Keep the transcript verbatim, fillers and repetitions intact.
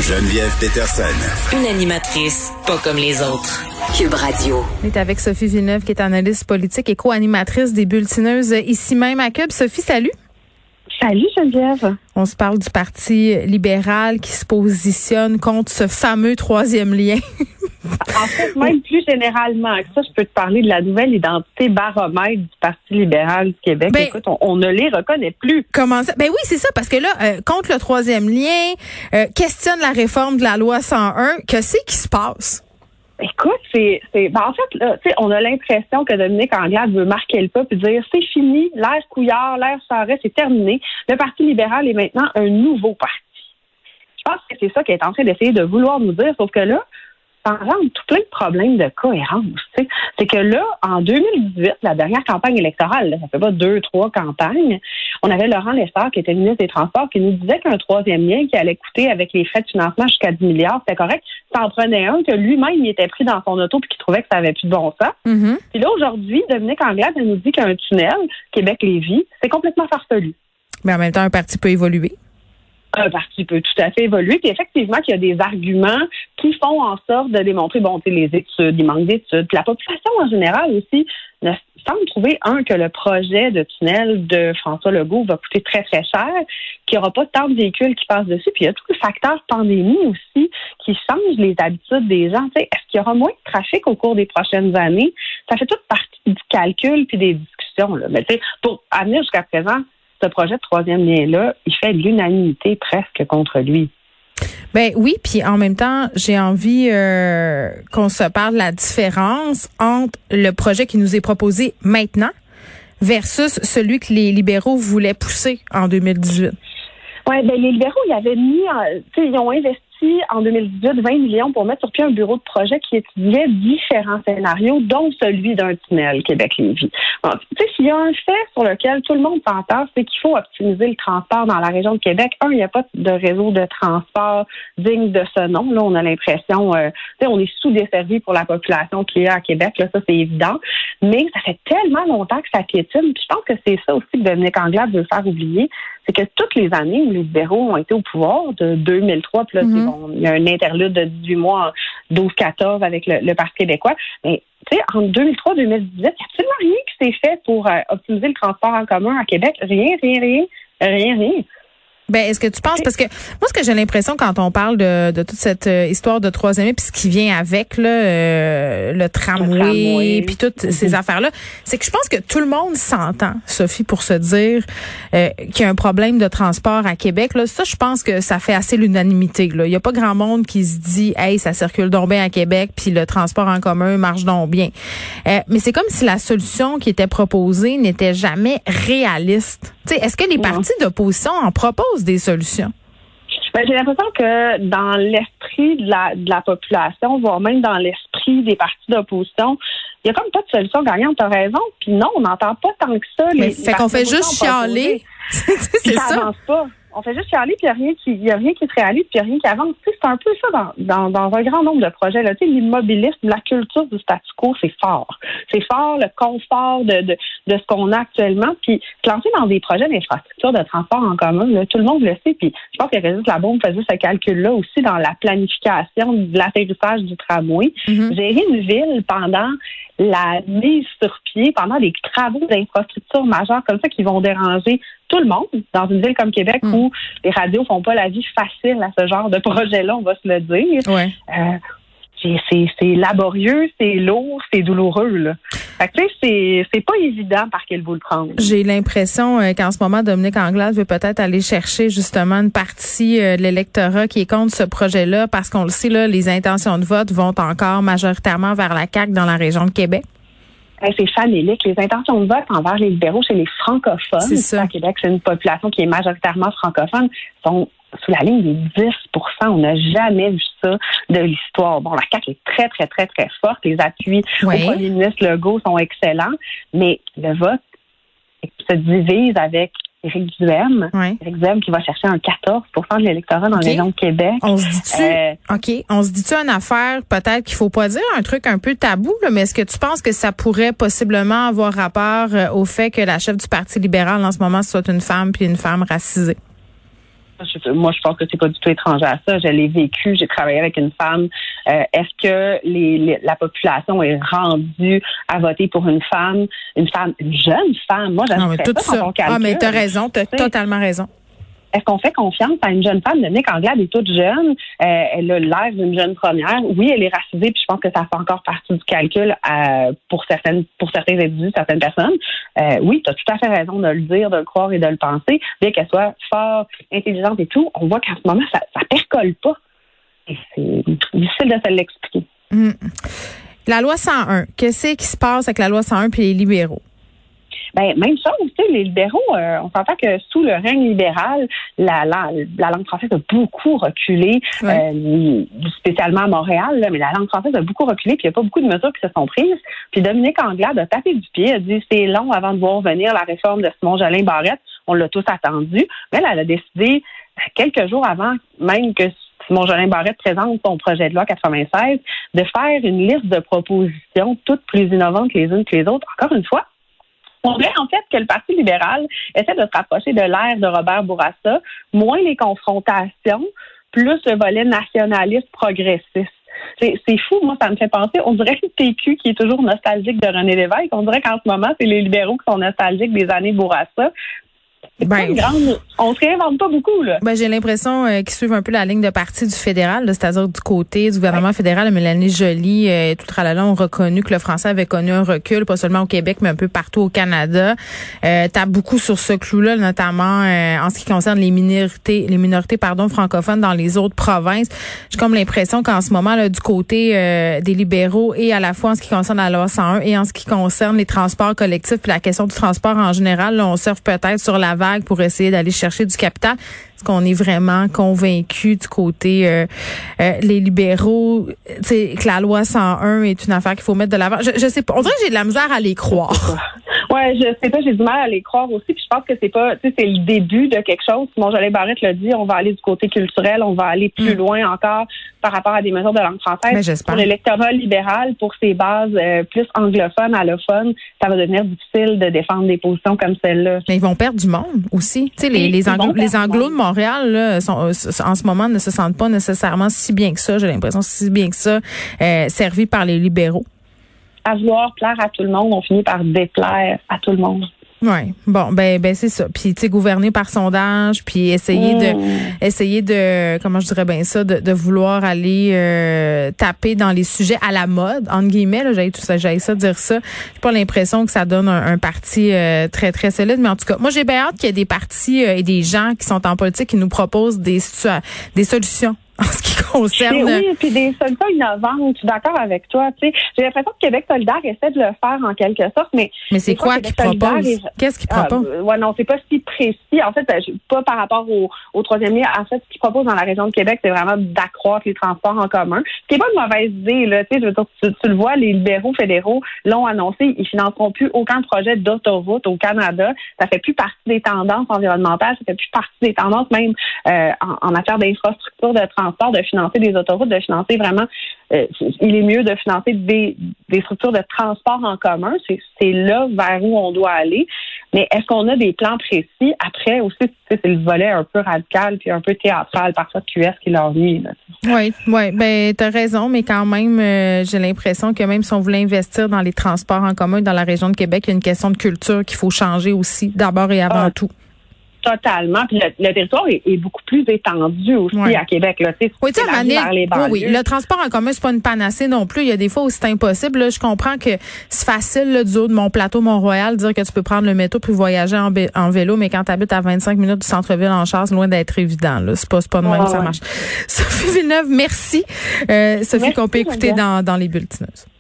Geneviève Peterson. Une animatrice pas comme les autres. Cube Radio. On est avec Sophie Villeneuve, qui est analyste politique et co-animatrice des Bulletineuses ici même à Cube. Sophie, salut. Salut Geneviève. On se parle du Parti libéral qui se positionne contre ce fameux troisième lien. En fait, même plus généralement que ça, je peux te parler de la nouvelle identité baromètre du Parti libéral du Québec. Ben, Écoute, on, on ne les reconnaît plus. Comment ça? Ben oui, c'est ça, parce que là, euh, contre le troisième lien, euh, questionne la réforme de la loi cent un. Que c'est qui se passe? Écoute, c'est, c'est, ben en fait, là, tu sais, on a l'impression que Dominique Anglade veut marquer le pas puis dire c'est fini, l'ère Couillard, l'ère Charest, c'est terminé. Le Parti libéral est maintenant un nouveau parti. Je pense que c'est ça qu'il est en train d'essayer de vouloir nous dire, sauf que là, ça engendre tout plein de problèmes de cohérence. Tu sais. C'est que là, en deux mille dix-huit, la dernière campagne électorale, là, ça fait pas deux, trois campagnes, on avait Laurent Lessard, qui était ministre des Transports, qui nous disait qu'un troisième lien qui allait coûter avec les frais de financement jusqu'à dix milliards, c'était correct. Ça en prenait un que lui-même, il était pris dans son auto puis qu'il trouvait que ça avait plus de bon sens. Mm-hmm. Puis là, aujourd'hui, Dominique Anglade, elle nous dit qu'un tunnel, Québec-Lévis, c'est complètement farfelu. Mais en même temps, un parti peut évoluer. Un parti peut tout à fait évoluer. Puis effectivement, qu'il y a des arguments qui font en sorte de démontrer, bon, tu sais, les études, il manque d'études. Puis la population en général aussi ne semble trouver, un, que le projet de tunnel de François Legault va coûter très, très cher, qu'il n'y aura pas tant de véhicules qui passent dessus. Puis il y a tout le facteur pandémie aussi qui change les habitudes des gens. Tu sais, est-ce qu'il y aura moins de trafic au cours des prochaines années? Ça fait toute partie du calcul puis des discussions, là. Mais tu sais, pour amener jusqu'à présent, ce projet de troisième lien-là, il fait l'unanimité presque contre lui. Ben oui, puis en même temps, j'ai envie euh, qu'on se parle de la différence entre le projet qui nous est proposé maintenant versus celui que les libéraux voulaient pousser en deux mille dix-huit. Oui, ben les libéraux, ils avaient mis, tu sais, ils ont investi en deux mille dix-huit vingt millions pour mettre sur pied un bureau de projet qui étudiait différents scénarios, dont celui d'un tunnel Québec-Lévis. Tu sais, s'il y a un fait sur lequel tout le monde s'entend, c'est qu'il faut optimiser le transport dans la région de Québec. Un, il n'y a pas de réseau de transport digne de ce nom. Là, on a l'impression, euh, tu sais, on est sous-desservi pour la population qui est à Québec. Là, ça, c'est évident. Mais ça fait tellement longtemps que ça piétine. Puis je pense que c'est ça aussi que Dominique Anglade veut faire oublier. C'est que toutes les années où les libéraux ont été au pouvoir, de deux mille trois, puis là, mm-hmm. c'est bon, il y a un interlude de dix-huit mois, douze quatorze avec le, le Parti québécois. Mais tu sais, entre deux mille trois et deux mille dix-huit, il n'y a absolument rien qui s'est fait pour euh, optimiser le transport en commun à Québec. Rien, rien, rien, rien, rien. Ben, est-ce que tu penses, parce que moi, ce que j'ai l'impression quand on parle de, de toute cette euh, histoire de troisième lien, puis ce qui vient avec, là, euh, le tramway, puis toutes mm-hmm. ces affaires-là, c'est que je pense que tout le monde s'entend, Sophie, pour se dire euh, qu'il y a un problème de transport à Québec. Là, ça, je pense que ça fait assez l'unanimité. Là, il y a pas grand monde qui se dit, hey, ça circule donc bien à Québec, puis le transport en commun marche donc bien. Euh, mais c'est comme si la solution qui était proposée n'était jamais réaliste. Tu sais, est-ce que les partis d'opposition en proposent des solutions? Ben, j'ai l'impression que dans l'esprit de la, de la population, voire même dans l'esprit des partis d'opposition, il y a comme pas de solution gagnante. T'as raison. Puis non, on n'entend pas tant que ça. Mais les, fait les qu'on fait juste chialer. C'est ça. ça. Avance pas. On fait juste chialer, puis il n'y a rien qui, il y a rien qui se réalise, puis il n'y a rien qui avance. Tu sais, c'est un peu ça dans, dans, dans un grand nombre de projets. Là. Tu sais, l'immobilisme, la culture du statu quo, c'est fort. C'est fort, le confort de, de, de ce qu'on a actuellement. Puis se lancer dans des projets d'infrastructure de transport en commun, là, tout le monde le sait. Puis je pense que Régis Labaume faisait ce calcul-là aussi dans la planification de l'atterrissage du tramway. Mm-hmm. Gérer une ville pendant la mise sur pied, pendant des travaux d'infrastructure majeures comme ça qui vont déranger tout le monde dans une ville comme Québec mm. où les radios font pas la vie facile à ce genre de projet-là, on va se le dire. Ouais. Euh, c'est, c'est, c'est laborieux, c'est lourd, c'est douloureux, là. Fait que, tu sais, c'est, c'est pas évident par quel bout le prendre. J'ai l'impression euh, qu'en ce moment, Dominique Anglade veut peut-être aller chercher justement une partie euh, de l'électorat qui est contre ce projet-là parce qu'on le sait, là, les intentions de vote vont encore majoritairement vers la C A Q dans la région de Québec. C'est famélique. Les intentions de vote envers les libéraux chez les francophones, c'est ça. À Québec, c'est une population qui est majoritairement francophone, sont sous la ligne des dix pour cent. On n'a jamais vu ça de l'histoire. Bon, la C A Q est très, très, très, très forte. Les appuis oui. au premier ministre Legault sont excellents, mais le vote se divise avec Éric Duhaime. Oui. Éric Duhaime qui va chercher un quatorze pour cent de l'électorat dans okay. la région de Québec. On se dit-tu, euh, OK, on se dit-tu une affaire, peut-être qu'il faut pas dire un truc un peu tabou, là, mais est-ce que tu penses que ça pourrait possiblement avoir rapport euh, au fait que la chef du Parti libéral en ce moment soit une femme puis une femme racisée? Je, moi, je pense que c'est pas du tout étranger à ça. Je l'ai vécu. J'ai travaillé avec une femme. Euh, est-ce que les, les, la population est rendue à voter pour une femme, une femme, une jeune femme? Moi, j'aimerais ça, ça. Quand on calcule. Ah, mais t'as raison. T'as t'sais, totalement raison. Est-ce qu'on fait confiance à une jeune femme? Dominique Anglade est toute jeune. Euh, elle a l'air d'une jeune première. Oui, elle est racisée, puis je pense que ça fait encore partie du calcul euh, pour certaines, pour certains individus, certaines personnes. Euh, oui, tu as tout à fait raison de le dire, de le croire et de le penser. Bien qu'elle soit fort, intelligente et tout, on voit qu'en ce moment, ça ne percole pas. Et c'est difficile de se l'expliquer. Mmh. La loi cent un, qu'est-ce qui se passe avec la loi cent un puis les libéraux? Ben, même chose, tu sais, les libéraux, euh, on s'entend que sous le règne libéral, la, la, la langue française a beaucoup reculé, ouais. euh, spécialement à Montréal, là, mais la langue française a beaucoup reculé, puis il n'y a pas beaucoup de mesures qui se sont prises. Puis Dominique Anglade a tapé du pied, a dit c'est long avant de voir venir la réforme de Simon-Jolin Barrette. On l'a tous attendu. Mais elle, elle a décidé, quelques jours avant même que Simon-Jolin Barrette présente son projet de loi quatre-vingt-seize, de faire une liste de propositions toutes plus innovantes les unes que les autres. Encore une fois, on dirait en fait que le Parti libéral essaie de se rapprocher de l'ère de Robert Bourassa, moins les confrontations, plus le volet nationaliste progressiste. C'est, c'est fou, moi, ça me fait penser, on dirait le T Q qui est toujours nostalgique de René Lévesque, on dirait qu'en ce moment, c'est les libéraux qui sont nostalgiques des années Bourassa. C'est ben, pas une grande, on se réinvente pas beaucoup, là. Ben, j'ai l'impression euh, qu'ils suivent un peu la ligne de parti du fédéral, là, c'est-à-dire du côté du gouvernement ouais. fédéral. Mélanie Joly et euh, tout tralala ont reconnu que le français avait connu un recul, pas seulement au Québec, mais un peu partout au Canada. Euh, t'as beaucoup sur ce clou-là, notamment euh, en ce qui concerne les minorités, les minorités, pardon, francophones dans les autres provinces. J'ai comme l'impression qu'en ce moment, là, du côté euh, des libéraux et à la fois en ce qui concerne la loi cent un et en ce qui concerne les transports collectifs puis la question du transport en général, là, on surfe peut-être sur la vague pour essayer d'aller chercher du capital. Est-ce qu'on est vraiment convaincu du côté euh, euh, les libéraux, tu sais, que la loi cent un est une affaire qu'il faut mettre de l'avant? Je, je sais pas. On dirait que j'ai de la misère à les croire. Ouais, je sais pas, j'ai du mal à les croire aussi. Puis je pense que c'est pas, tu sais, c'est le début de quelque chose. Simon-Jolin Barrette l'a dit, on va aller du côté culturel, on va aller plus mmh. loin encore par rapport à des mesures de langue française. Pour l'électorat libéral, pour ses bases euh, plus anglophones, allophones, ça va devenir difficile de défendre des positions comme celle-là. Mais ils vont perdre du monde aussi. Tu sais, les, les, anglo, les anglos de Montréal, là, sont, en ce moment, ne se sentent pas nécessairement si bien que ça, j'ai l'impression, si bien que ça, euh, servis par les libéraux. À vouloir plaire à tout le monde, on finit par déplaire à tout le monde. Ouais, bon, ben, ben c'est ça. Puis, tu sais, gouverner par sondage, puis essayer mmh. de, essayer de, comment je dirais bien ça, de, de vouloir aller euh, taper dans les sujets à la mode, entre guillemets. Là, j'ai tout ça, j'ai ça dire ça. J'ai pas l'impression que ça donne un, un parti euh, très très solide, mais en tout cas, moi j'ai bien hâte qu'il y ait des partis euh, et des gens qui sont en politique qui nous proposent des des solutions. En ce qui concerne... Et oui, puis des solutions innovantes. Je suis d'accord avec toi. Tu sais, j'ai l'impression que Québec solidaire essaie de le faire en quelque sorte, mais... Mais c'est quoi qu'il propose? Est... Qu'est-ce qu'il propose? Euh, ouais, non, c'est pas si précis. En fait, pas par rapport au, au troisième lien. En fait, ce qu'il propose dans la région de Québec, c'est vraiment d'accroître les transports en commun. Ce qui n'est pas une mauvaise idée, là. Tu sais, je veux dire, tu, tu le vois, les libéraux fédéraux l'ont annoncé. Ils financeront plus aucun projet d'autoroute au Canada. Ça fait plus partie des tendances environnementales. Ça fait plus partie des tendances même euh, en, en matière d'infrastructure de transport. de financer des autoroutes, de financer vraiment, euh, il est mieux de financer des, des structures de transport en commun. C'est, c'est là vers où on doit aller. Mais est-ce qu'on a des plans précis? Après aussi, tu sais, c'est le volet un peu radical puis un peu théâtral parfois de Q S qui leur nuit. Oui, oui, ben t'as raison, mais quand même, euh, j'ai l'impression que même si on voulait investir dans les transports en commun dans la région de Québec, il y a une question de culture qu'il faut changer aussi, d'abord et avant ah. tout. Totalement. Puis le, le territoire est, est beaucoup plus étendu aussi ouais. à Québec. Là. Tu sais, oui, tu sais, Manil, oui, oui. Le transport en commun, c'est pas une panacée non plus. Il y a des fois où c'est impossible. Là. Je comprends que c'est facile là, du haut de mon plateau Mont-Royal de dire que tu peux prendre le métro puis voyager en, bé- en vélo, mais quand tu habites à vingt-cinq minutes du centre-ville en char, c'est loin d'être évident. Là. C'est pas, c'est pas de même oh, que ça ouais. marche. Sophie Villeneuve, merci. Euh, Sophie, merci, qu'on peut écouter dans, dans les bulletineuses.